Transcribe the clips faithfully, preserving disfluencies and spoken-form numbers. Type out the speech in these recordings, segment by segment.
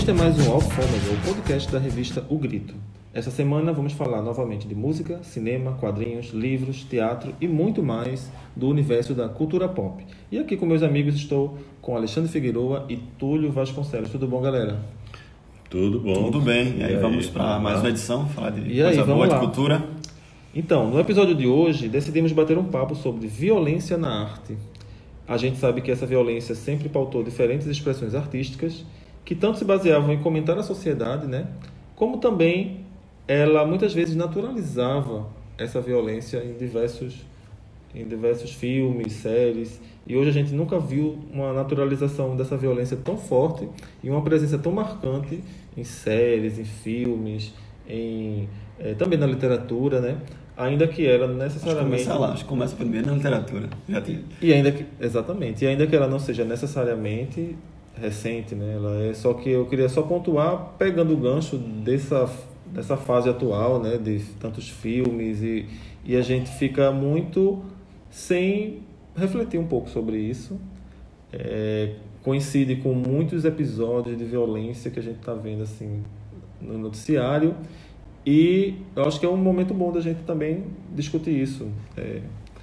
Este é mais um Alfômega, o podcast da revista O Grito. Essa semana vamos falar novamente de música, cinema, quadrinhos, livros, teatro e muito mais do universo da cultura pop. E aqui com meus amigos estou com Alexandre Figueroa e Túlio Vasconcelos. Tudo bom, galera? Tudo bom. Tudo bem. E aí, e aí vamos para mais uma edição, falar de e coisa aí, boa, lá. de cultura. Então, no episódio de hoje, decidimos bater um papo sobre violência na arte. A gente sabe que essa violência sempre pautou diferentes expressões artísticas que tanto se baseavam em comentar a sociedade, né? Como também ela muitas vezes naturalizava essa violência em diversos, em diversos filmes, séries. E hoje a gente nunca viu uma naturalização dessa violência tão forte e uma presença tão marcante em séries, em filmes, em, é, também na literatura, né? Ainda que ela necessariamente... Acho que começa lá, acho que começa primeiro na literatura. Já tem... E ainda que, exatamente, e ainda que ela não seja necessariamente recente, né? Ela é só que eu queria só pontuar, pegando o gancho dessa, dessa fase atual, né? De tantos filmes e, e a gente fica muito sem refletir um pouco sobre isso. É, coincide com muitos episódios de violência que a gente está vendo assim no noticiário. E eu acho que é um momento bom da gente também discutir isso. É,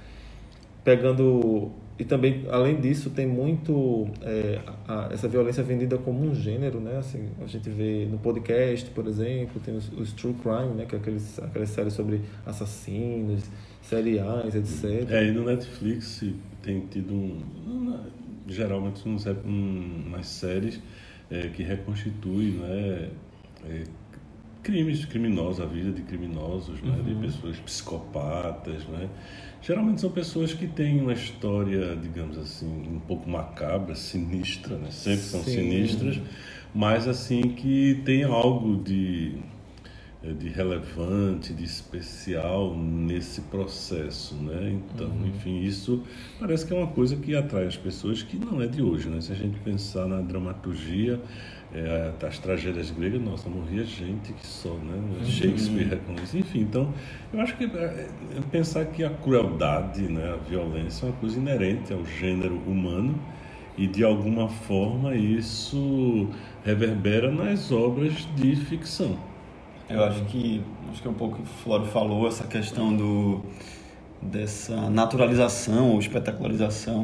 pegando... E também, além disso, tem muito... É, a, essa violência vendida como um gênero, né? Assim, a gente vê no podcast, por exemplo, tem os, os True Crime, né? Que é aqueles, aquelas séries sobre assassinos, seriais, etcétera. É, e no Netflix tem tido, um, geralmente, uns, um, umas séries é, que reconstituem, né? É, crimes criminosos, a vida de criminosos, né? Uhum. De pessoas psicopatas, né? Geralmente são pessoas que têm uma história, digamos assim, um pouco macabra, sinistra, né? Sempre são Sim. sinistras, mas assim que tem algo de, de relevante, de especial nesse processo, né? Então, uhum. enfim, isso parece que é uma coisa que atrai as pessoas, que não é de hoje, né? Se a gente pensar na dramaturgia, É, as tragédias gregas, nossa, morria gente que só, né? Shakespeare com isso, enfim. Então, eu acho que é, é pensar que a crueldade, né, a violência é uma coisa inerente ao gênero humano e, de alguma forma, isso reverbera nas obras de ficção. Eu acho que, acho que é um pouco que o Floro falou, essa questão do, dessa naturalização ou espetacularização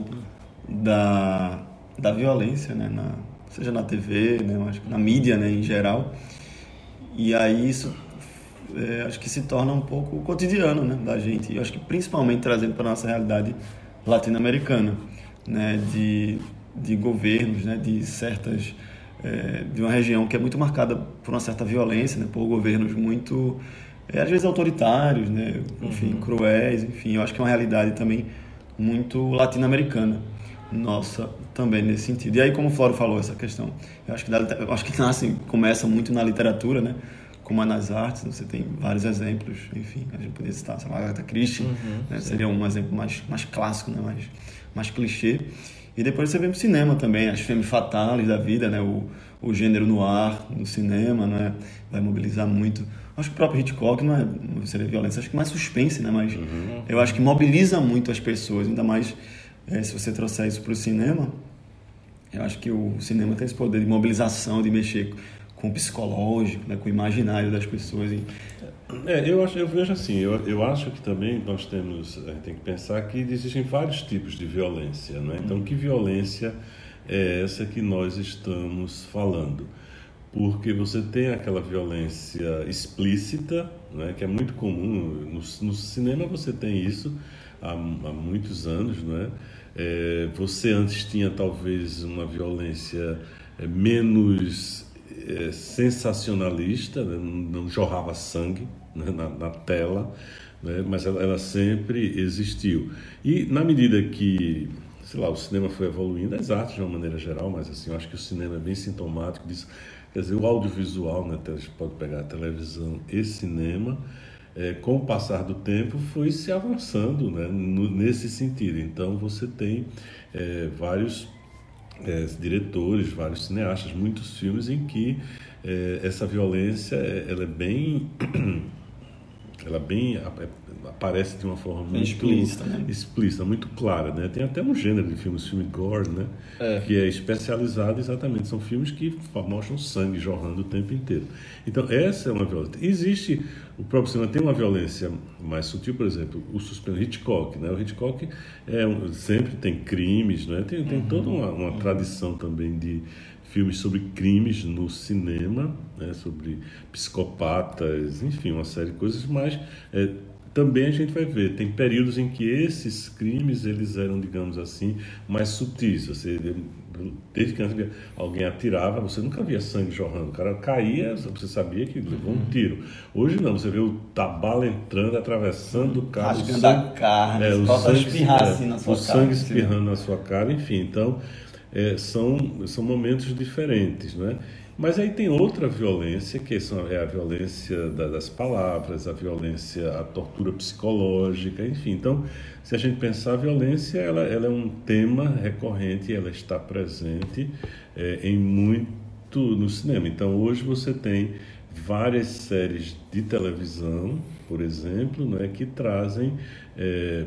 da, da violência, né, na, seja na T V, né, eu acho que na mídia, né, em geral. E aí isso é, acho que se torna um pouco cotidiano, né, da gente. E eu acho que principalmente trazendo para a nossa realidade latino-americana, né, de, de governos, né, de certas... É, de uma região que é muito marcada por uma certa violência, né, por governos muito, é, às vezes autoritários, né, enfim, uhum. cruéis, enfim. Eu acho que é uma realidade também muito latino-americana. Nossa, também nesse sentido. E aí, como o Floro falou, essa questão, eu acho que, da, eu acho que nasce, começa muito na literatura, né? Como é nas artes, você tem vários exemplos, enfim, a gente poderia citar, sei lá, Agatha Christie, uhum, né? Seria um exemplo mais, mais clássico, né? mais, mais clichê. E depois você vê no cinema também, as femme fatales da vida, né? O, o gênero noir no cinema, né? Vai mobilizar muito. Acho que o próprio Hitchcock não, é, não seria violência, acho que mais suspense, né? Mas uhum. eu acho que mobiliza muito as pessoas, ainda mais... É, se você trouxer isso para o cinema, eu acho que o cinema tem esse poder de mobilização, de mexer com o psicológico, né, com o imaginário das pessoas. E... É, eu, acho, eu vejo assim, eu, eu acho que também nós temos, a gente tem que pensar que existem vários tipos de violência, né? Então, que violência é essa que nós estamos falando? Porque você tem aquela violência explícita, né, que é muito comum, no, no cinema você tem isso há, há muitos anos, né? É, você antes tinha talvez uma violência é, menos é, sensacionalista, né? não, não jorrava sangue, né? na, na tela, né? Mas ela, ela sempre existiu. E na medida que, sei lá, o cinema foi evoluindo, as artes de uma maneira geral, mas assim, eu acho que o cinema é bem sintomático disso. Quer dizer, o audiovisual, né? A gente pode pegar a televisão e cinema, É, com o passar do tempo, foi se avançando, né, no, nesse sentido. Então, você tem é, vários é, diretores, vários cineastas, muitos filmes em que é, essa violência ela é bem ela bem aparece de uma forma bem muito explícita, né? explícita, muito clara, né? Tem até um gênero de filmes, filme gore, né? É. Que é especializado exatamente, são filmes que mostram sangue jorrando o tempo inteiro. Então essa é uma violência. Existe, o próprio cinema tem uma violência mais sutil, por exemplo, o suspense Hitchcock, né? O Hitchcock é um, sempre tem crimes, né? Tem, tem uhum. toda uma, uma uhum. tradição também de filmes sobre crimes no cinema, né? Sobre psicopatas, enfim, uma série de coisas, mas é, também a gente vai ver, tem períodos em que esses crimes eles eram, digamos assim, mais sutis. Você, desde que alguém atirava, você nunca via sangue jorrando. O cara caía, você sabia que levou um tiro. Hoje não, você vê o tabala entrando, atravessando o carro. Rasgando a carne, é, o sangue espirrar assim na sua o cara. O sangue espirrando na sua cara, enfim. Então, é, são, são momentos diferentes, né? Mas aí tem outra violência, que é a violência das palavras, a violência, a tortura psicológica, enfim. Então, se a gente pensar, a violência ela, ela é um tema recorrente, ela está presente é, em muito no cinema. Então, hoje você tem várias séries de televisão, por exemplo, né, que trazem é,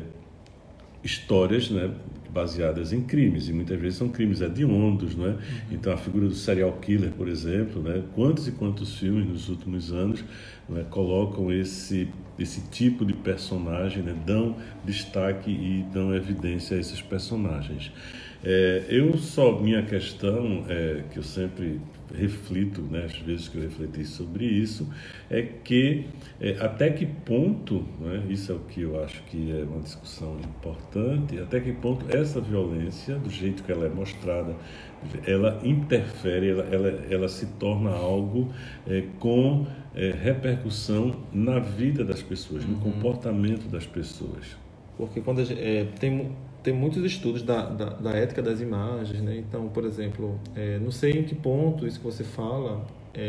histórias, né, baseadas em crimes, e muitas vezes são crimes hediondos, não é? Uhum. Então a figura do serial killer, por exemplo, né? Quantos e quantos filmes nos últimos anos, não é? Colocam esse, esse tipo de personagem, né? Dão destaque e dão evidência a esses personagens. É, eu só, minha questão, é, que eu sempre reflito, né, às vezes que eu refleti sobre isso, é que é, até que ponto, né, isso é o que eu acho que é uma discussão importante, até que ponto essa violência, do jeito que ela é mostrada, ela interfere, ela, ela, ela se torna algo é, com é, repercussão na vida das pessoas, no comportamento das pessoas. Porque quando a gente, é, tem... Tem muitos estudos da, da, da ética das imagens, né? Então, por exemplo, é, não sei em que ponto isso que você fala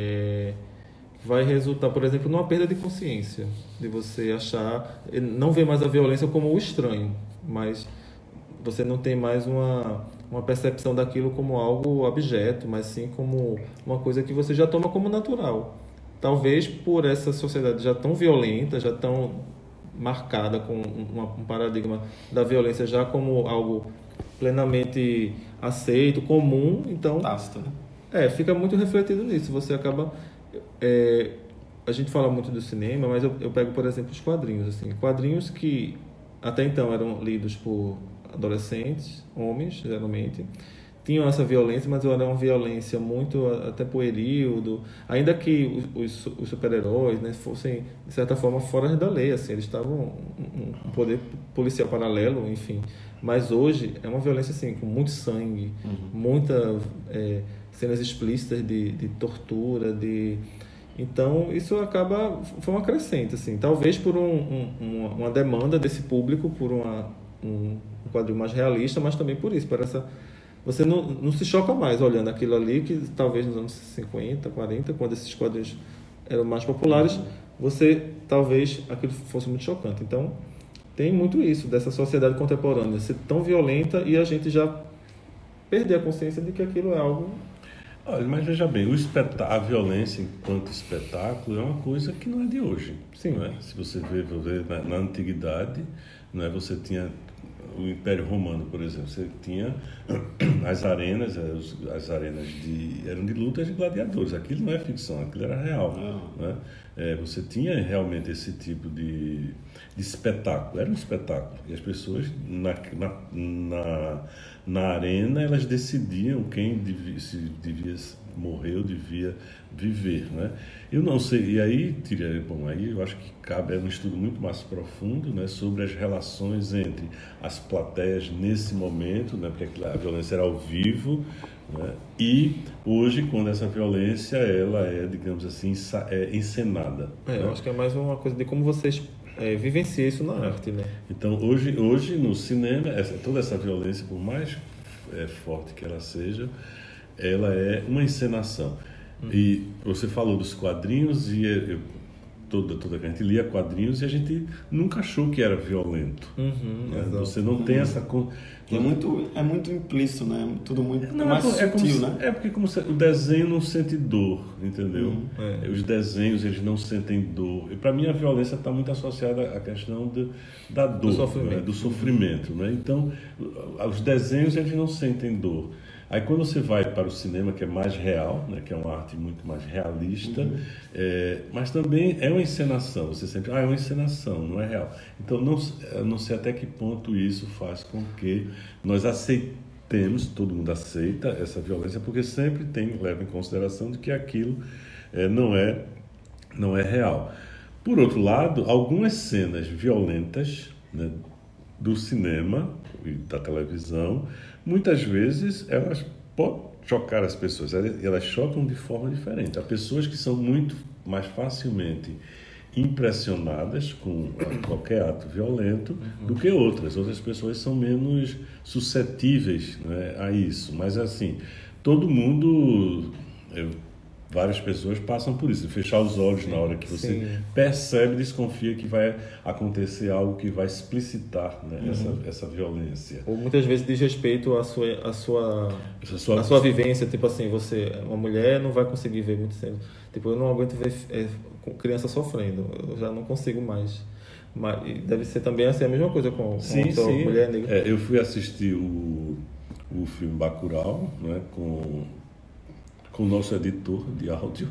é, vai resultar, por exemplo, numa perda de consciência, de você achar, não ver mais a violência como o estranho, mas você não tem mais uma, uma percepção daquilo como algo abjeto, mas sim como uma coisa que você já toma como natural. Talvez por essa sociedade já tão violenta, já tão marcada com uma, um paradigma da violência já como algo plenamente aceito, comum, então Tácito, né? é, fica muito refletido nisso. Você acaba é, a gente fala muito do cinema, mas eu, eu pego, por exemplo, os quadrinhos, assim, quadrinhos que até então eram lidos por adolescentes, homens, geralmente, tinham essa violência, mas era uma violência muito até pueril, do, ainda que os, os super-heróis, né, fossem, de certa forma, fora da lei, assim, eles estavam um, um poder policial paralelo, enfim. Mas hoje é uma violência assim, com muito sangue, uhum. muita é, cenas explícitas de, de tortura, de... Então, isso acaba... Foi uma crescente, assim. Talvez por um, um, uma, uma demanda desse público, por uma, um, um quadrinho mais realista, mas também por isso, por essa... Você não, não se choca mais olhando aquilo ali, que talvez nos anos cinquenta, quarenta, quando esses quadrinhos eram mais populares, uhum. você talvez aquilo fosse muito chocante. Então, tem muito isso, dessa sociedade contemporânea ser tão violenta e a gente já perder a consciência de que aquilo é algo... Olha, mas veja bem, o espetá- a violência enquanto espetáculo é uma coisa que não é de hoje. Sim. Não é? Se você vê, vê na, na antiguidade, não é? Você tinha o Império Romano, por exemplo, você tinha as arenas, as arenas de, eram de lutas de gladiadores. Aquilo não é ficção, aquilo era real. Não é? É, você tinha realmente esse tipo de, de espetáculo, era um espetáculo. E as pessoas na, na, na, na arena, elas decidiam quem devia, se devia morrer ou devia viver, né? Eu não sei, e aí, Tíria, bom, aí eu acho que cabe um estudo muito mais profundo, né, sobre as relações entre as plateias nesse momento, né, porque a violência era ao vivo, né, e hoje, quando essa violência, ela é, digamos assim, é encenada. É, né? Eu acho que é mais uma coisa de como vocês é, vivenciam isso na arte, né? Então, hoje, hoje no cinema, essa, toda essa violência, por mais é, forte que ela seja, ela é uma encenação. Uhum. E você falou dos quadrinhos e eu, toda, toda a gente lia quadrinhos e a gente nunca achou que era violento. Uhum, Né? Você não uhum. tem essa... É muito, é muito implícito, né? Tudo muito não, mais é, sutil, se, né? É porque como se, o desenho não sente dor, entendeu? Uhum. É. Os desenhos, eles não sentem dor. E para mim a violência está muito associada à questão de, da dor, do sofrimento. Né? Do sofrimento, né? Então, os desenhos, eles não sentem dor. Aí quando você vai para o cinema, que é mais real, né, que é uma arte muito mais realista, uhum. é, mas também é uma encenação. Você sempre, ah, é uma encenação, não é real. Então não, não sei até que ponto isso faz com que nós aceitemos, todo mundo aceita essa violência, porque sempre tem, leva em consideração de que aquilo é, não, é, não é real. Por outro lado, algumas cenas violentas, né, do cinema e da televisão, muitas vezes elas podem chocar as pessoas, elas chocam de forma diferente. Há pessoas que são muito mais facilmente impressionadas com qualquer ato violento uhum. do que outras. Outras pessoas são menos suscetíveis, né, a isso. Mas assim, todo mundo... Eu, várias pessoas passam por isso, fechar os olhos sim, na hora que você sim. percebe, desconfia que vai acontecer algo que vai explicitar, né, uhum. essa, essa violência. Ou muitas vezes diz respeito à sua, à sua, à sua... À sua vivência, tipo assim, você, uma mulher não vai conseguir ver muito cedo. Tipo, eu não aguento ver é, criança sofrendo, eu já não consigo mais. Mas deve ser também assim, a mesma coisa com, com sim, a sua sim. mulher negra. É, eu fui assistir o, o filme Bacurau, né, com... com o nosso editor de áudio,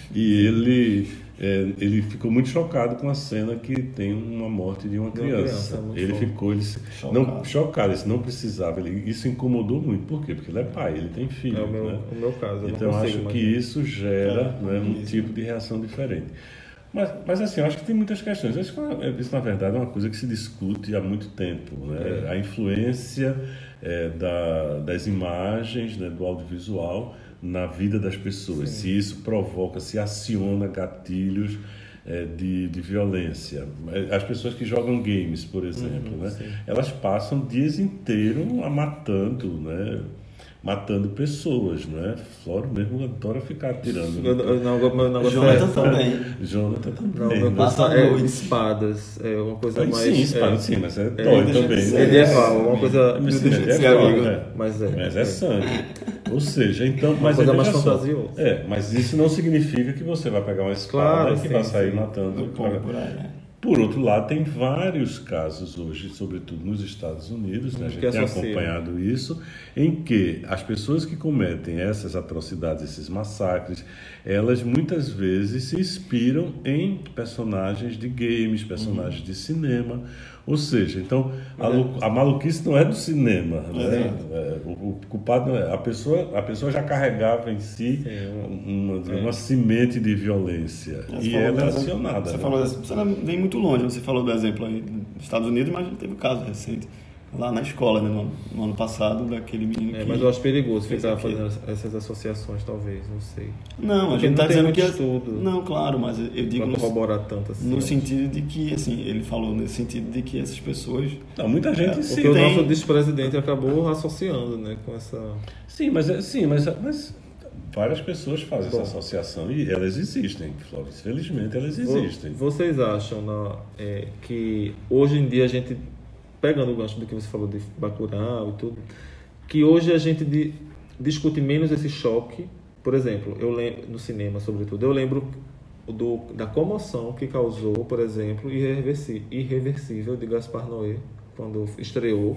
e ele, é, ele ficou muito chocado com a cena que tem uma morte de uma criança. Uma criança ele bom. ficou ele, chocado. Não, chocado, ele não precisava, ele, isso incomodou muito. Por quê? Porque ele é pai, ele tem filho. É o meu, né? o meu caso. Eu então não acho que isso gera é, né, um isso. tipo de reação diferente. Mas, mas assim, eu acho que tem muitas questões. Eu acho que isso, na verdade, é uma coisa que se discute há muito tempo. Né? É. A influência é, da, das imagens, né, do audiovisual na vida das pessoas. Sim. Se isso provoca, se aciona gatilhos é, de, de violência. As pessoas que jogam games, por exemplo, uhum, né? Elas passam dias inteiros matando, né? matando pessoas, não é? Floro mesmo adora ficar atirando. Eu, eu, não, meu negócio Jonathan é, também. Jonathan também. Não, meu negócio é espadas. É uma coisa mas, mais... Sim, espadas, é, sim, mas é dói é, também. Ele é mal, uma coisa... Mas, ele é dói, né? Mas é. Mas é sangue. Ou seja, então... Uma mas coisa é mais fantasiosa. É, mas isso não significa que você vai pegar uma espada claro, e que sim, vai sair sim. matando... Por aí, Por outro lado, tem vários casos hoje, sobretudo nos Estados Unidos, né? A gente que tem associa. acompanhado isso, em que as pessoas que cometem essas atrocidades, esses massacres, elas muitas vezes se inspiram em personagens de games, personagens uhum. de cinema. Ou seja, então a, a maluquice não é do cinema, né? É, o, o culpado não é. A pessoa, a pessoa já carregava em si uma, uma, uma semente de violência você e ela é acionada. Você né? falou, você não vem muito longe, você falou do exemplo aí dos Estados Unidos, mas teve um caso recente lá na escola, né, no, no ano passado, daquele menino é, que... Mas eu acho perigoso ficar fazendo essas associações, talvez, não sei. Não, porque a gente está dizendo que... Estudo não, claro, mas eu digo... Para corroborar tanto assim. No sentido de que, assim, ele falou nesse sentido de que essas pessoas... Não, muita gente é, sim tem... Porque o nosso vice-presidente acabou associando, né, com essa... Sim, mas... Sim, mas, mas... Várias pessoas fazem Bom, essa associação e elas existem, Flávio. Felizmente elas existem. Vocês acham na, é, que hoje em dia a gente... Pegando o gancho do que você falou de Bacurau e tudo, que hoje a gente de, discute menos esse choque. Por exemplo, eu lembro, no cinema, sobretudo, eu lembro do, da comoção que causou, por exemplo, Irreversível, Irreversível de Gaspar Noé, quando estreou,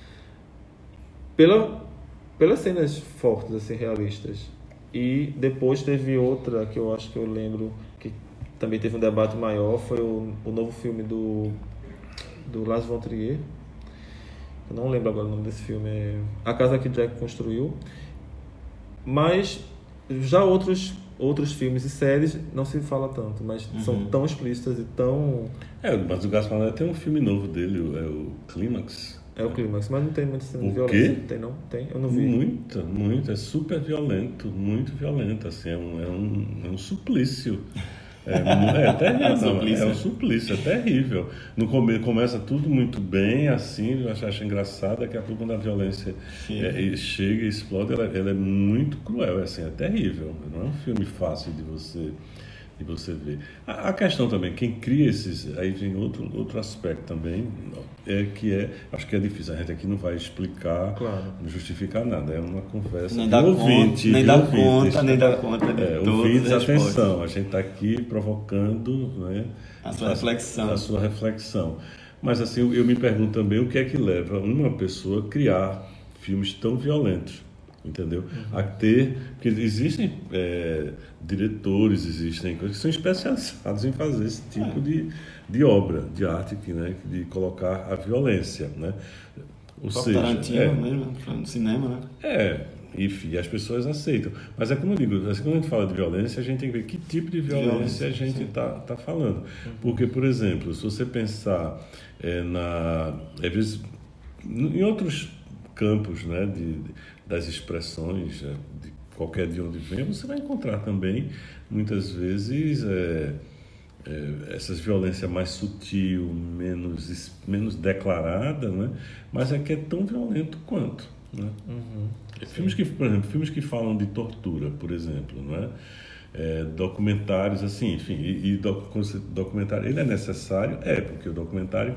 pela, pelas cenas fortes, assim, realistas. E depois teve outra que eu acho que eu lembro, que também teve um debate maior, foi o, o novo filme do... do Lars von Trier, eu não lembro agora o nome desse filme, é A Casa que Jack Construiu, mas já outros, outros filmes e séries não se fala tanto, mas uhum. são tão explícitas e tão... É, mas o Gaspar Noé tem um filme novo dele, é o Clímax. É o Clímax, mas não tem muita cena de violência. Quê? Tem não? Tem? Eu não vi. Muito, muito, é super violento, muito violento, assim, é um, é um, é um suplício. É, é terrível, é, não, é um suplício, é terrível. No começo começa tudo muito bem, assim, eu acho, acho engraçado, daqui a pouco quando a violência chega, é, chega e explode, ela, ela é muito cruel, assim, é terrível. Não é um filme fácil de você, E você vê. A, a questão também, quem cria esses... Aí vem outro, outro aspecto também, é que é... Acho que é difícil, a gente aqui não vai explicar, claro. não justificar nada. É uma conversa nem de dá ouvinte. Conta, nem de dá ouvinte, conta, nem dá conta de é, todas ouvintes, as respostas. atenção, a gente está aqui provocando, né, a sua reflexão. A sua reflexão. Mas assim, eu, eu me pergunto também o que é que leva uma pessoa a criar filmes tão violentos. Entendeu? Uhum. A ter, porque existem é, diretores, existem coisas que são especializados em fazer esse tipo é. de, de obra, de arte, que, né, de colocar a violência, né? Ou seja, Tarantino é, mesmo, no cinema, né? É, enfim, as pessoas aceitam. Mas é como eu digo, assim, quando a gente fala de violência, a gente tem que ver que tipo de violência, violência a gente está tá falando. Uhum. Porque, por exemplo, se você pensar é, na, às vezes, em outros campos, né, de, das expressões, de qualquer de onde vem, você vai encontrar também, muitas vezes, é, é, essas violências mais sutil, menos, menos declarada, né, mas é que é tão violento quanto. Né? Uhum, filmes que, por exemplo, filmes que falam de tortura, por exemplo, não é? É, documentários, assim, enfim, e, e doc, documentário, ele é necessário? É, porque o documentário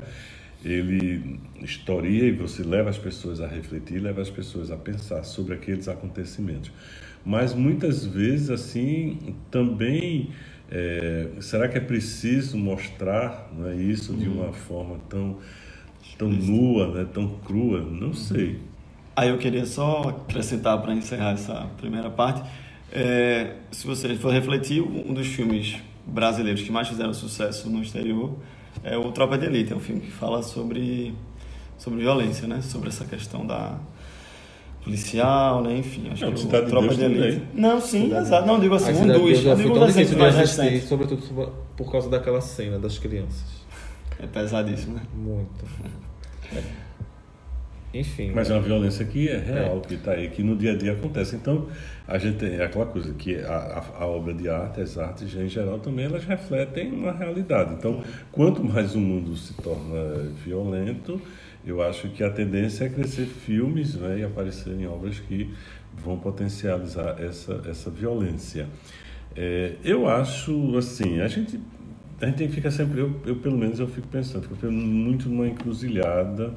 ele historia e você leva as pessoas a refletir, leva as pessoas a pensar sobre aqueles acontecimentos. Mas muitas vezes, assim, também, é, será que é preciso mostrar, né, isso de uma forma tão, tão nua, né, tão crua? Não sei. Aí eu queria só acrescentar para encerrar essa primeira parte, é, se você for refletir, um dos filmes brasileiros que mais fizeram sucesso no exterior é o Tropa de Elite, é um filme que fala sobre, sobre violência, né? Sobre essa questão da policial, né? Enfim, acho não, que Cidade o Tropa de, de Elite. Elite. Não, sim, Cidade exato. Não, digo assim, um dos, eu digo um um exemplos mais recentes. Sobretudo por causa daquela cena das crianças. É pesadíssimo, né? Muito. É. Enfim. Mas é uma violência que é real, é. que está aí, que no dia a dia acontece. Então, a gente tem aquela coisa que a, a, a obra de arte, as artes em geral também, elas refletem uma realidade. Então, quanto mais o mundo se torna violento, eu acho que a tendência é crescer filmes, né, e aparecerem obras que vão potencializar essa, essa violência. É, eu acho, assim, a gente, a gente fica sempre, eu, eu pelo menos eu fico pensando, fico muito numa encruzilhada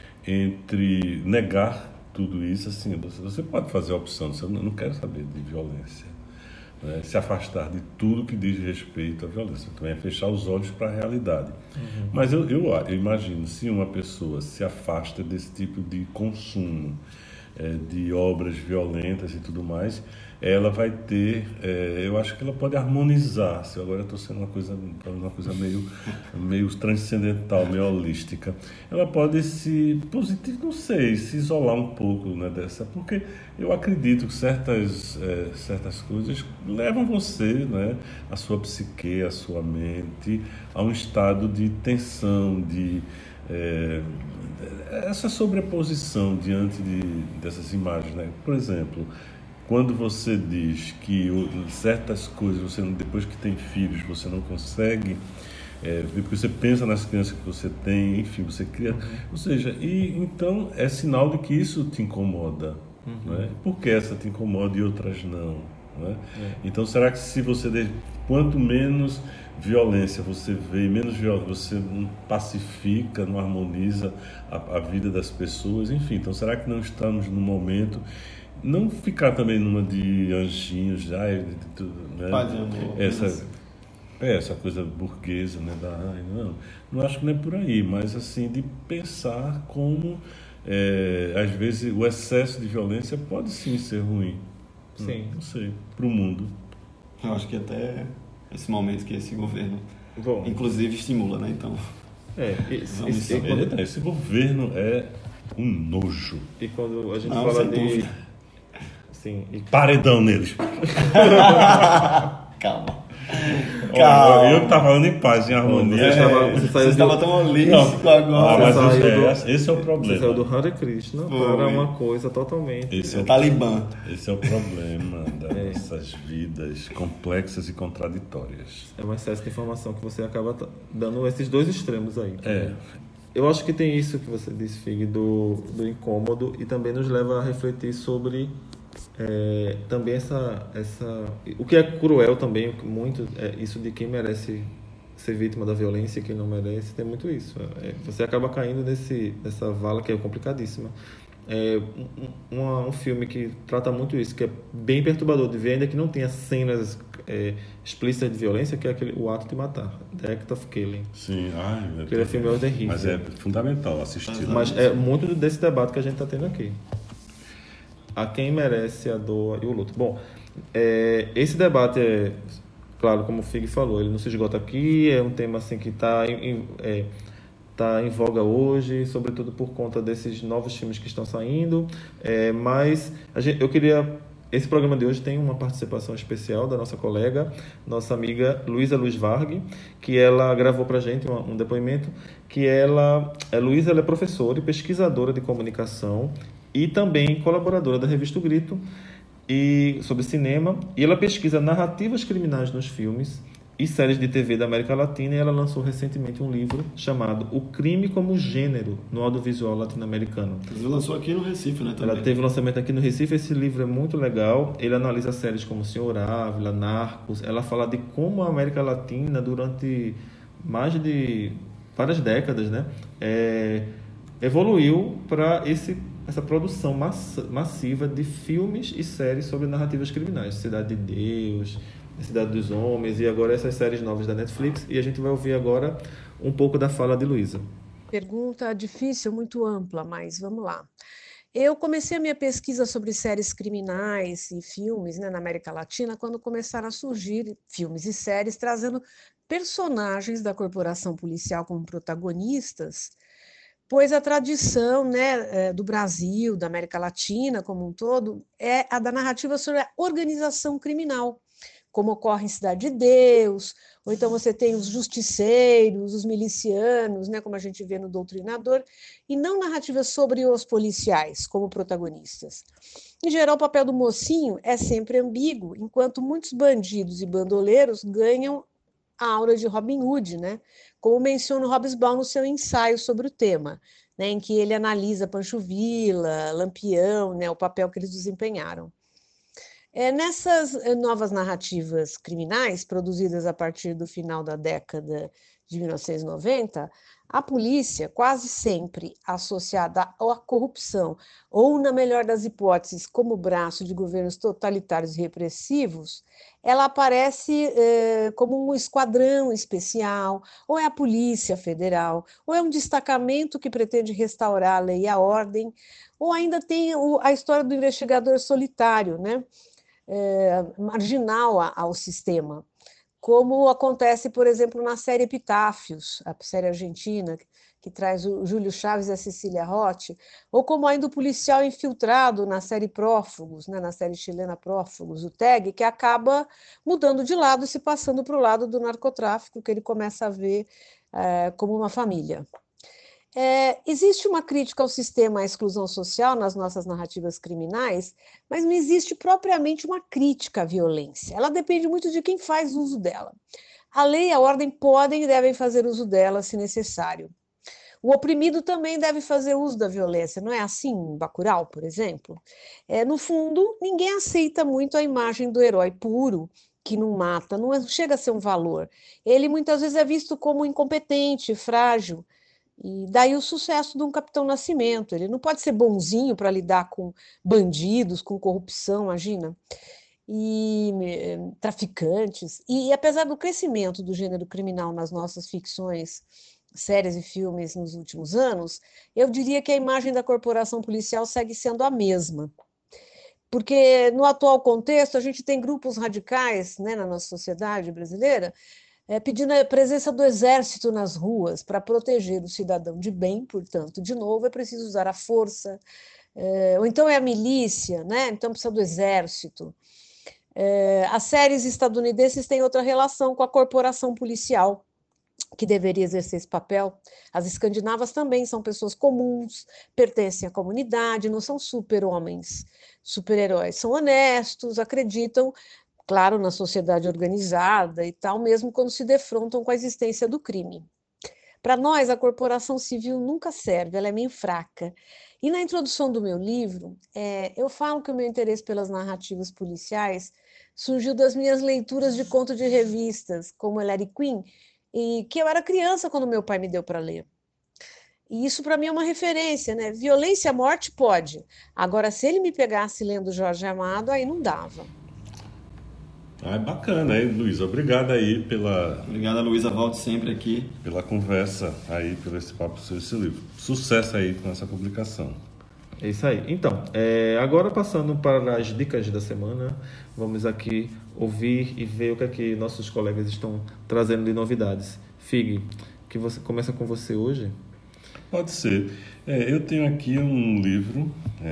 entre negar tudo isso, assim, você, você pode fazer a opção, você não, não quero saber de violência, né? Se afastar de tudo que diz respeito à violência, também é fechar os olhos para a realidade. Uhum. Mas eu, eu, eu imagino, se uma pessoa se afasta desse tipo de consumo, é, de obras violentas e tudo mais, ela vai ter, é, eu acho que ela pode harmonizar, se agora eu estou sendo uma coisa, uma coisa meio, meio transcendental, meio holística, ela pode se, positivo, não sei, se isolar um pouco, né, dessa, porque eu acredito que certas, é, certas coisas levam você, né, a sua psique, a sua mente, a um estado de tensão, de é, essa sobreposição diante de, dessas imagens, né? Por exemplo, quando você diz que certas coisas, você depois que tem filhos, você não consegue é, ver, porque você pensa nas crianças que você tem, enfim, você cria... Uhum. Ou seja, e, então é sinal de que isso te incomoda. Uhum. Não é? Por que essa te incomoda e outras não? Não é? É. Então, será que se você... Quanto menos violência você vê, menos violência você não pacifica, não harmoniza a, a vida das pessoas, enfim. Então, será que não estamos no momento... Não ficar também numa de anjinhos já, né? Paz e amor. Essa, é, essa coisa burguesa, né? Da, não, não acho que não é por aí, mas assim, de pensar como, é, às vezes, o excesso de violência pode sim ser ruim. Sim. Não, não sei, para o mundo. Eu acho que até esse momento que esse governo, Bom, inclusive, estimula, né? Então, é, esse, esse, é, quando... esse governo é um nojo. E quando a gente não, fala de... Dúvida. Sim, e... Paredão neles. Calma. Calma. Eu que estava falando em paz, em harmonia. É, estava, você você estava do... tão holístico agora. Ah, mas saiu é, do... esse é o problema. Você saiu do Hare Krishna Foi. para uma coisa totalmente... Esse é o Talibã. Esse é o problema dessas é. vidas complexas e contraditórias. É um excesso de informação que você acaba dando esses dois extremos aí. É. Eu acho que tem isso que você disse, Fig, do, do incômodo, e também nos leva a refletir sobre É, também essa, essa... O que é cruel também, muito, é isso de quem merece ser vítima da violência e quem não merece, tem muito isso. É, você acaba caindo nesse, nessa vala que é complicadíssima. É um, um, um filme que trata muito isso, que é bem perturbador de ver, ainda que não tenha cenas é, explícitas de violência, que é aquele, o ato de matar, The Act of Killing. Sim, ai, meu Aquele Deus. filme é terrível. Mas é fundamental assistir. Mas é muito desse debate que a gente está tendo aqui. A quem merece a dor e o luto. Bom, é, esse debate é, claro, como o Fig falou, ele não se esgota aqui, é um tema assim que está em, é, tá em voga hoje, sobretudo por conta desses novos filmes que estão saindo, é, mas a gente, eu queria... Esse programa de hoje tem uma participação especial da nossa colega, nossa amiga Luísa Luz Varg, que ela gravou para a gente um, um depoimento, que ela, a Luísa ela é professora e pesquisadora de comunicação e também colaboradora da revista O Grito e, sobre cinema, e ela pesquisa narrativas criminais nos filmes e séries de T V da América Latina, e ela lançou recentemente um livro chamado O Crime como Gênero no Audiovisual Latino-Americano. Inclusive lançou aqui no Recife, né? Também. Ela teve um lançamento aqui no Recife, esse livro é muito legal, ele analisa séries como Senhor Ávila, Narcos, ela fala de como a América Latina, durante mais de várias décadas, né, é, evoluiu para esse essa produção massa, massiva de filmes e séries sobre narrativas criminais, Cidade de Deus, Cidade dos Homens, e agora essas séries novas da Netflix, e a gente vai ouvir agora um pouco da fala de Luísa. Pergunta difícil, muito ampla, mas vamos lá. Eu comecei a minha pesquisa sobre séries criminais e filmes, né, na América Latina quando começaram a surgir filmes e séries trazendo personagens da corporação policial como protagonistas, pois a tradição, né, do Brasil, da América Latina como um todo, é a da narrativa sobre a organização criminal, como ocorre em Cidade de Deus, ou então você tem os justiceiros, os milicianos, né, como a gente vê no Doutrinador, e não narrativas sobre os policiais como protagonistas. Em geral, o papel do mocinho é sempre ambíguo, enquanto muitos bandidos e bandoleiros ganham a aura de Robin Hood, né? Como menciona o Hobsbawm no seu ensaio sobre o tema, né, em que ele analisa Pancho Villa, Lampião, né, o papel que eles desempenharam. É, nessas novas narrativas criminais, produzidas a partir do final da década de mil novecentos e noventa, a polícia, quase sempre associada à corrupção, ou, na melhor das hipóteses, como braço de governos totalitários e repressivos, ela aparece eh, como um esquadrão especial, ou é a Polícia Federal, ou é um destacamento que pretende restaurar a lei e a ordem, ou ainda tem o, a história do investigador solitário, né? É, marginal ao sistema, como acontece, por exemplo, na série Epitáfios, a série argentina, que, que traz o Júlio Chaves e a Cecília Roth, ou como ainda o policial infiltrado na série Prófugos, né, na série chilena Prófugos, o T E G, que acaba mudando de lado e se passando para o lado do narcotráfico, que ele começa a ver é, como uma família. É, existe uma crítica ao sistema, à exclusão social nas nossas narrativas criminais, mas não existe propriamente uma crítica à violência. Ela depende muito de quem faz uso dela. A lei e a ordem podem e devem fazer uso dela, se necessário. O oprimido também deve fazer uso da violência, não é assim em Bacurau, por exemplo? É, no fundo, ninguém aceita muito a imagem do herói puro, que não mata, não é, chega a ser um valor. Ele muitas vezes é visto como incompetente, frágil. E daí o sucesso de um Capitão Nascimento. Ele não pode ser bonzinho para lidar com bandidos, com corrupção, imagina, e eh, traficantes. E, e apesar do crescimento do gênero criminal nas nossas ficções, séries e filmes nos últimos anos, eu diria que a imagem da corporação policial segue sendo a mesma. Porque no atual contexto a gente tem grupos radicais, né, na nossa sociedade brasileira, É, pedindo a presença do exército nas ruas para proteger o cidadão de bem, portanto, de novo, é preciso usar a força, é, ou então é a milícia, né? Então precisa do exército. É, as séries estadunidenses têm outra relação com a corporação policial, que deveria exercer esse papel. As escandinavas também são pessoas comuns, pertencem à comunidade, não são super-homens, super-heróis, são honestos, acreditam, claro, na sociedade organizada e tal, mesmo quando se defrontam com a existência do crime. Para nós, a corporação civil nunca serve, ela é meio fraca. E na introdução do meu livro, é, eu falo que o meu interesse pelas narrativas policiais surgiu das minhas leituras de conto de revistas, como Ellery Queen, e que eu era criança quando meu pai me deu para ler. E isso para mim é uma referência, né? Violência, morte, pode. Agora, se ele me pegasse lendo Jorge Amado, aí não dava. Ah, bacana, aí, Luísa. Obrigado aí pela... Obrigado, Luísa. Volto sempre aqui. Pela conversa aí, pelo esse papo sobre esse livro. Sucesso aí com essa publicação. É isso aí. Então, é, agora passando para as dicas da semana, vamos aqui ouvir e ver o que é que nossos colegas estão trazendo de novidades. Fig, que você começa com você hoje? Pode ser. É, eu tenho aqui um livro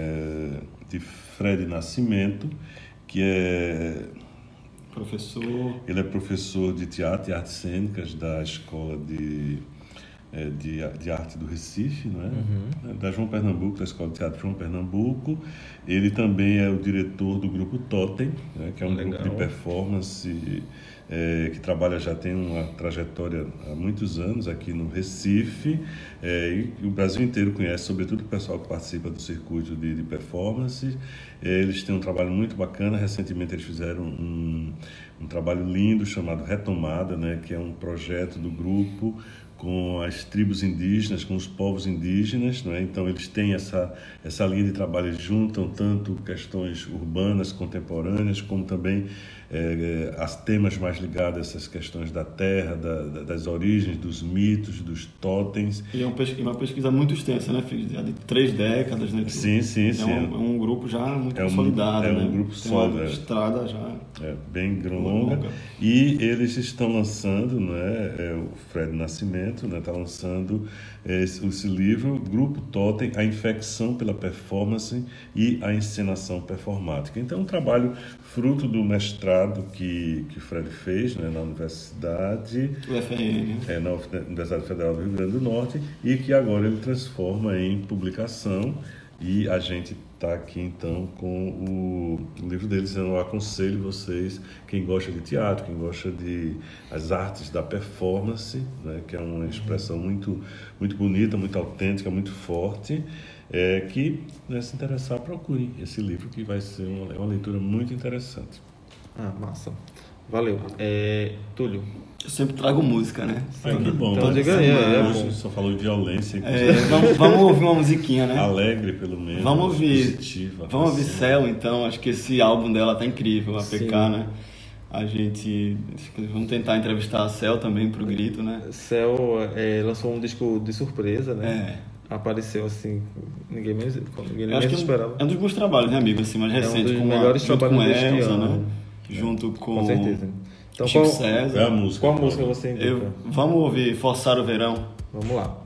é, de Fred Nascimento, que é... Professor... Ele é professor de teatro e artes cênicas da Escola de, é, de, de Arte do Recife, não é? Uhum. Da João Pernambuco, da Escola de Teatro João Pernambuco. Ele também é o diretor do Grupo Totem, né, que é um Legal. grupo de performance é, que trabalha, já tem uma trajetória há muitos anos aqui no Recife, é, e o Brasil inteiro conhece, sobretudo o pessoal que participa do circuito de, de performance. É, eles têm um trabalho muito bacana. Recentemente eles fizeram um, um trabalho lindo chamado Retomada, né, que é um projeto do grupo com as tribos indígenas, com os povos indígenas, não é? Então eles têm essa, essa linha de trabalho, eles juntam tanto questões urbanas, contemporâneas, como também é, as temas mais ligados a essas questões da terra, da, da, das origens, dos mitos, dos totens. E é uma pesquisa muito extensa, né, filho? De três décadas, né? Sim, sim, é sim. Um, é um grupo já muito é um, consolidado, é né? um grupo Tem sólido. uma É. estrada já... É, bem longa. longa. E eles estão lançando, né, é, o Fred Nascimento está, né, lançando esse, esse livro, Grupo Totem, a infecção pela performance e a encenação performática. Então, um trabalho fruto do mestrado que, que o Fred fez, né, na Universidade... U F R N. É, na Universidade Federal do Rio Grande do Norte, e que agora ele transforma em publicação. E a gente está aqui, então, com o, o livro deles. Eu aconselho vocês, quem gosta de teatro, quem gosta de as artes da performance, né, que é uma expressão muito, muito bonita, muito autêntica, muito forte, é, que, né, se interessar, procure esse livro, que vai ser uma, uma leitura muito interessante. Ah, massa. Valeu. É, Túlio. Eu sempre trago música, né? Ah, que bom. Então, diga aí, é, é hoje bom. só falou de violência. É, vamos, vamos ouvir uma musiquinha, né? Alegre, pelo menos. Vamos ouvir. Positiva, vamos ouvir assim. Céu, então. Acho que esse álbum dela tá incrível, a P K, Sim. né? A gente... Vamos tentar entrevistar a Céu também pro Grito, né? Céu é, lançou um disco de surpresa, né? É. Apareceu assim, ninguém menos, ninguém Eu acho menos que esperava. é um dos meus trabalhos, né, amigo? Assim, mais É um recente, dos com melhores a, junto com trabalhos deste Elza, ano. né? Junto com, Com certeza. Então, Chico qual, César. É a música. qual música você indica? Eu, vamos ouvir Forçar o Verão. Vamos lá.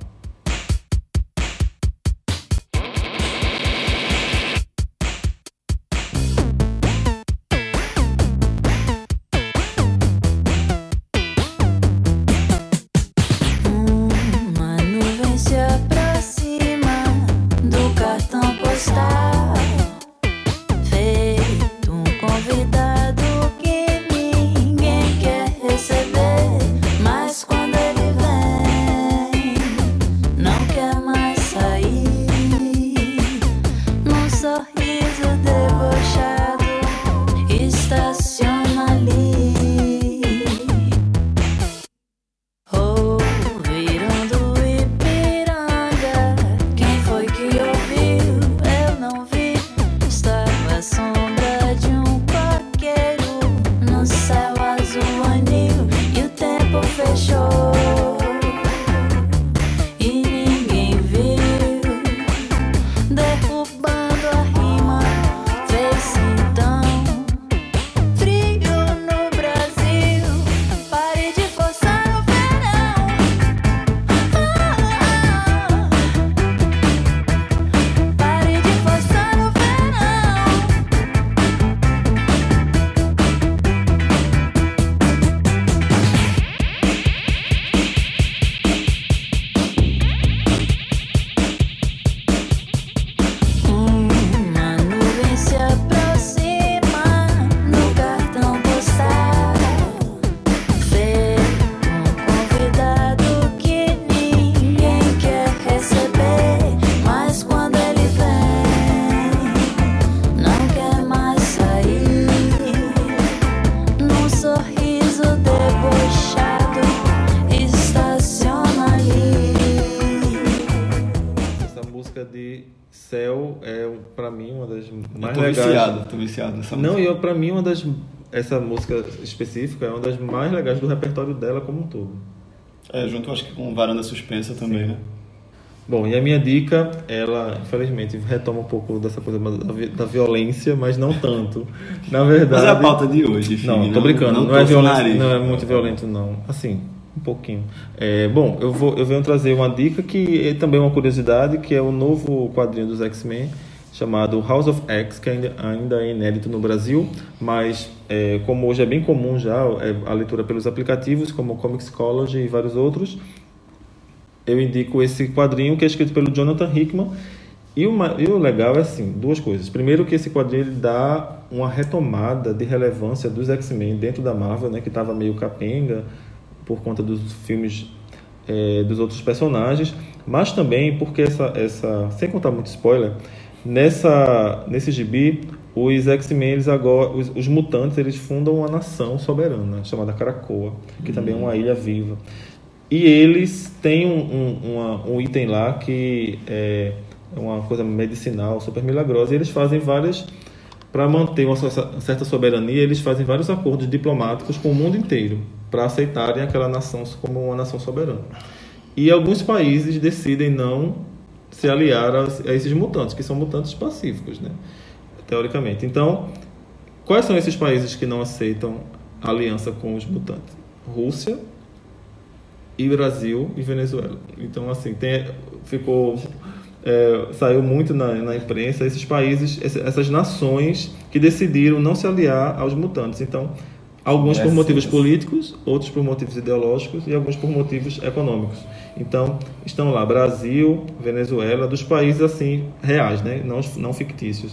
Uma nuvem se aproxima do cartão postal, feito um convidado que ninguém quer receber, mas quando ele vem, Céu é, pra mim, uma das mais tô legais. viciado, tô viciado nessa Não, música. e eu, pra mim, uma das... Essa música específica é uma das mais legais do repertório dela como um todo. É, junto acho que com Varanda Suspensa também, né? Bom, e a minha dica, ela, infelizmente, retoma um pouco dessa coisa da, vi- da violência, mas não tanto. Na verdade... Mas é a pauta de hoje, enfim. Não, tô brincando, não, não é torça o violento, nariz. não é muito violento, não. Assim, um pouquinho. É, bom, eu, vou, eu venho trazer uma dica que é também uma curiosidade, que é o novo quadrinho dos X-Men, chamado House of X, que ainda, ainda é inédito no Brasil, mas é, como hoje é bem comum já é, a leitura pelos aplicativos, como o Comixology e vários outros, eu indico esse quadrinho que é escrito pelo Jonathan Hickman. E o, ma- e o legal é assim, duas coisas. Primeiro que esse quadrinho ele dá uma retomada de relevância dos X-Men dentro da Marvel, né, que estava meio capenga por conta dos filmes é, dos outros personagens, mas também porque essa, essa sem contar muito spoiler, nessa nesse gibi os X-Men eles agora os, os mutantes eles fundam uma nação soberana chamada Krakoa, que também é uma ilha viva. E eles têm um, um, uma, um item lá que é uma coisa medicinal super milagrosa, e eles fazem várias, para manter uma certa soberania, eles fazem vários acordos diplomáticos com o mundo inteiro para aceitarem aquela nação como uma nação soberana. E alguns países decidem não se aliar a, a esses mutantes, que são mutantes pacíficos, né? Teoricamente. Então, quais são esses países que não aceitam a aliança com os mutantes? Rússia, e Brasil e Venezuela. Então, assim, tem, ficou, é, saiu muito na, na imprensa esses países, essas nações que decidiram não se aliar aos mutantes. Então, alguns por motivos políticos, outros por motivos ideológicos e alguns por motivos econômicos. Então, estão lá Brasil, Venezuela, dos países assim reais, né? não, não fictícios.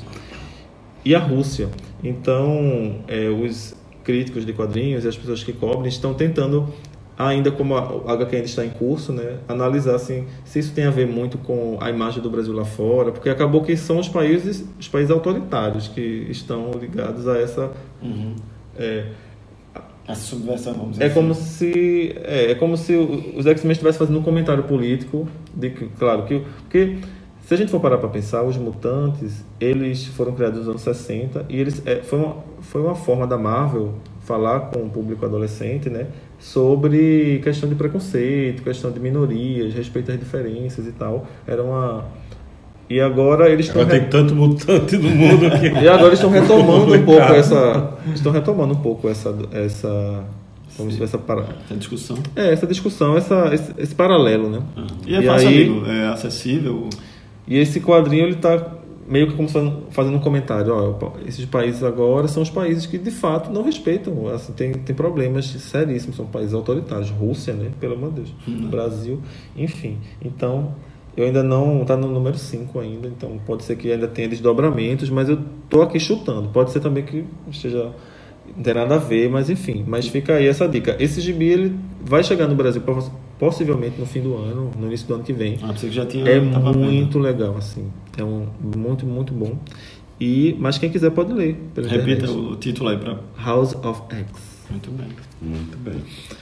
E a Rússia. Então, é, os críticos de quadrinhos e as pessoas que cobrem estão tentando, ainda como a H Q ainda está em curso, né, analisar assim, se isso tem a ver muito com a imagem do Brasil lá fora, porque acabou que são os países, os países autoritários que estão ligados a essa... Uhum. É, Essa subversão, vamos dizer é assim. como se é, é como se os X-Men estivessem fazendo um comentário político de que, claro, que porque se a gente for parar para pensar, os mutantes, eles foram criados nos anos sessenta e eles é, foi uma foi uma forma da Marvel falar com o público adolescente, né, sobre questão de preconceito, questão de minorias, respeito às diferenças e tal. Era uma e agora eles estão Agora re... tem tanto mutante no mundo que e agora eles estão retomando um pouco essa estão retomando um pouco essa essa vamos dizer, essa para... Essa discussão. É, essa discussão, essa, esse, esse paralelo, né? Uhum. E é E fácil, aí- amigo, é acessível. E esse quadrinho, ele tá meio que como fazendo, fazendo um comentário, ó, esses países agora são os países que de fato não respeitam, assim, tem, tem problemas seríssimos, são países autoritários, Rússia, né? Pelo amor de Deus, Uhum. Brasil, enfim. Então, eu ainda não, tá no número cinco ainda, então pode ser que ainda tenha desdobramentos, mas eu tô aqui chutando, pode ser também que esteja... Não tem nada a ver, mas enfim. Mas fica aí essa dica. Esse gibi ele vai chegar no Brasil poss- possivelmente no fim do ano, no início do ano que vem. Ah, você que já tinha. É tava vendo. muito legal, assim. É um muito, muito bom. E, mas quem quiser pode ler. Pela Repita internet. o título aí pra. House of X. Muito bem. Muito bem.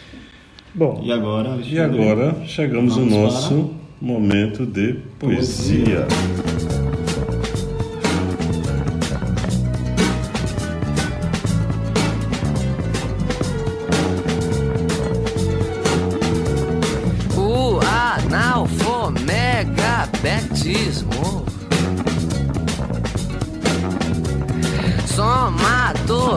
Bom, E agora? E agora chegamos Vamos no nosso para- momento de poesia. O analfomegabetismo. Somador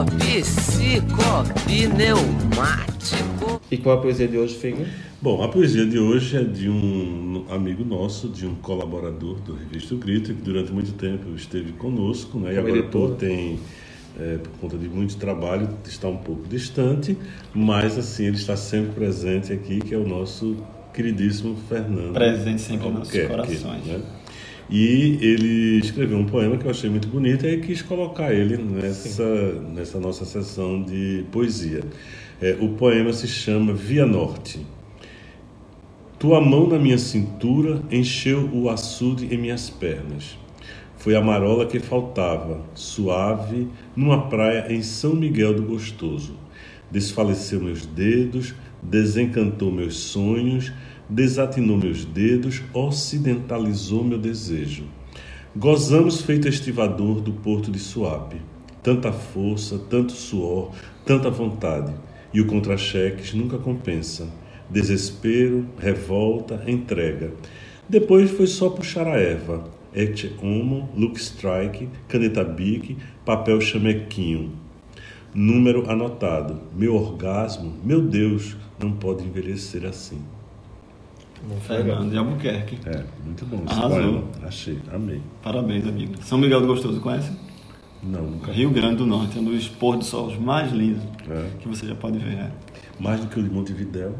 psicopneumático. e qual a poesia de hoje, Figa? Bom, a poesia de hoje é de um amigo nosso, de um colaborador do Revista O Grito, que durante muito tempo esteve conosco, né? E Como agora editor. por, tem, é, por conta de muito trabalho, está um pouco distante, mas assim, ele está sempre presente aqui, que é o nosso queridíssimo Fernando Presente sempre em nossos Albuquerque, corações. né? E ele escreveu um poema que eu achei muito bonito e aí quis colocar ele nessa, nessa nossa sessão de poesia. É, o poema se chama Via Norte. Tua mão na minha cintura encheu o açude em minhas pernas. Foi a marola que faltava, suave, numa praia em São Miguel do Gostoso. Desfaleceu meus dedos, desencantou meus sonhos, desatinou meus dedos, ocidentalizou meu desejo. Gozamos feito estivador do porto de Suape. Tanta força, tanto suor, tanta vontade. E o contra-cheques nunca compensa. Desespero, revolta, entrega. Depois foi só puxar a Eva. Et homo, look strike, caneta bic, papel chamequinho. Número anotado. Meu orgasmo, meu Deus, não pode envelhecer assim. Fernando de Albuquerque. É, muito bom. Arrasou. Olha, achei, amei. Parabéns, amigo. São Miguel do Gostoso, conhece? Não, nunca. Rio Grande do Norte, um dos pôr do sol mais lindos É. que você já pode ver, né? Mais do que o de Montevidéu.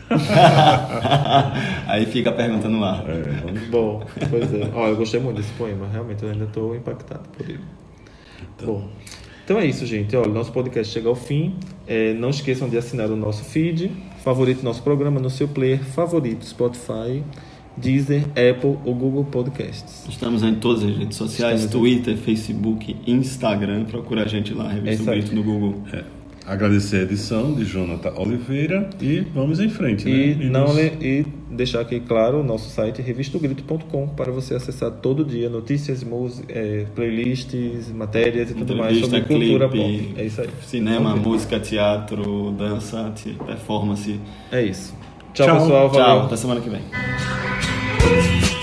Aí fica a pergunta no ar. É, vamos... Bom, pois é. Ó, eu gostei muito desse poema, realmente eu ainda estou impactado por ele. Então, Bom, então é isso, gente. Olha, nosso podcast chega ao fim. É, não esqueçam de assinar o nosso feed, favorite nosso programa no seu player favorito, Spotify, Deezer, Apple ou Google Podcasts. Estamos em todas as redes sociais, Estamos Twitter, Facebook, Instagram. Procura a gente lá, Revista É do isso aí. Grito no Google. é. Agradecer a edição de Jonathan Oliveira e vamos em frente, E, né? não, nos- le- e deixar aqui claro o nosso site revista o grito ponto com para você acessar todo dia notícias, música, é, playlists, matérias e tudo mais sobre Entrevista, cultura clipe, pop. É isso aí. Cinema, Ok. música, teatro, dança, te- performance. É isso. Tchau, Tchau. pessoal. Valeu. Tchau, até semana que vem.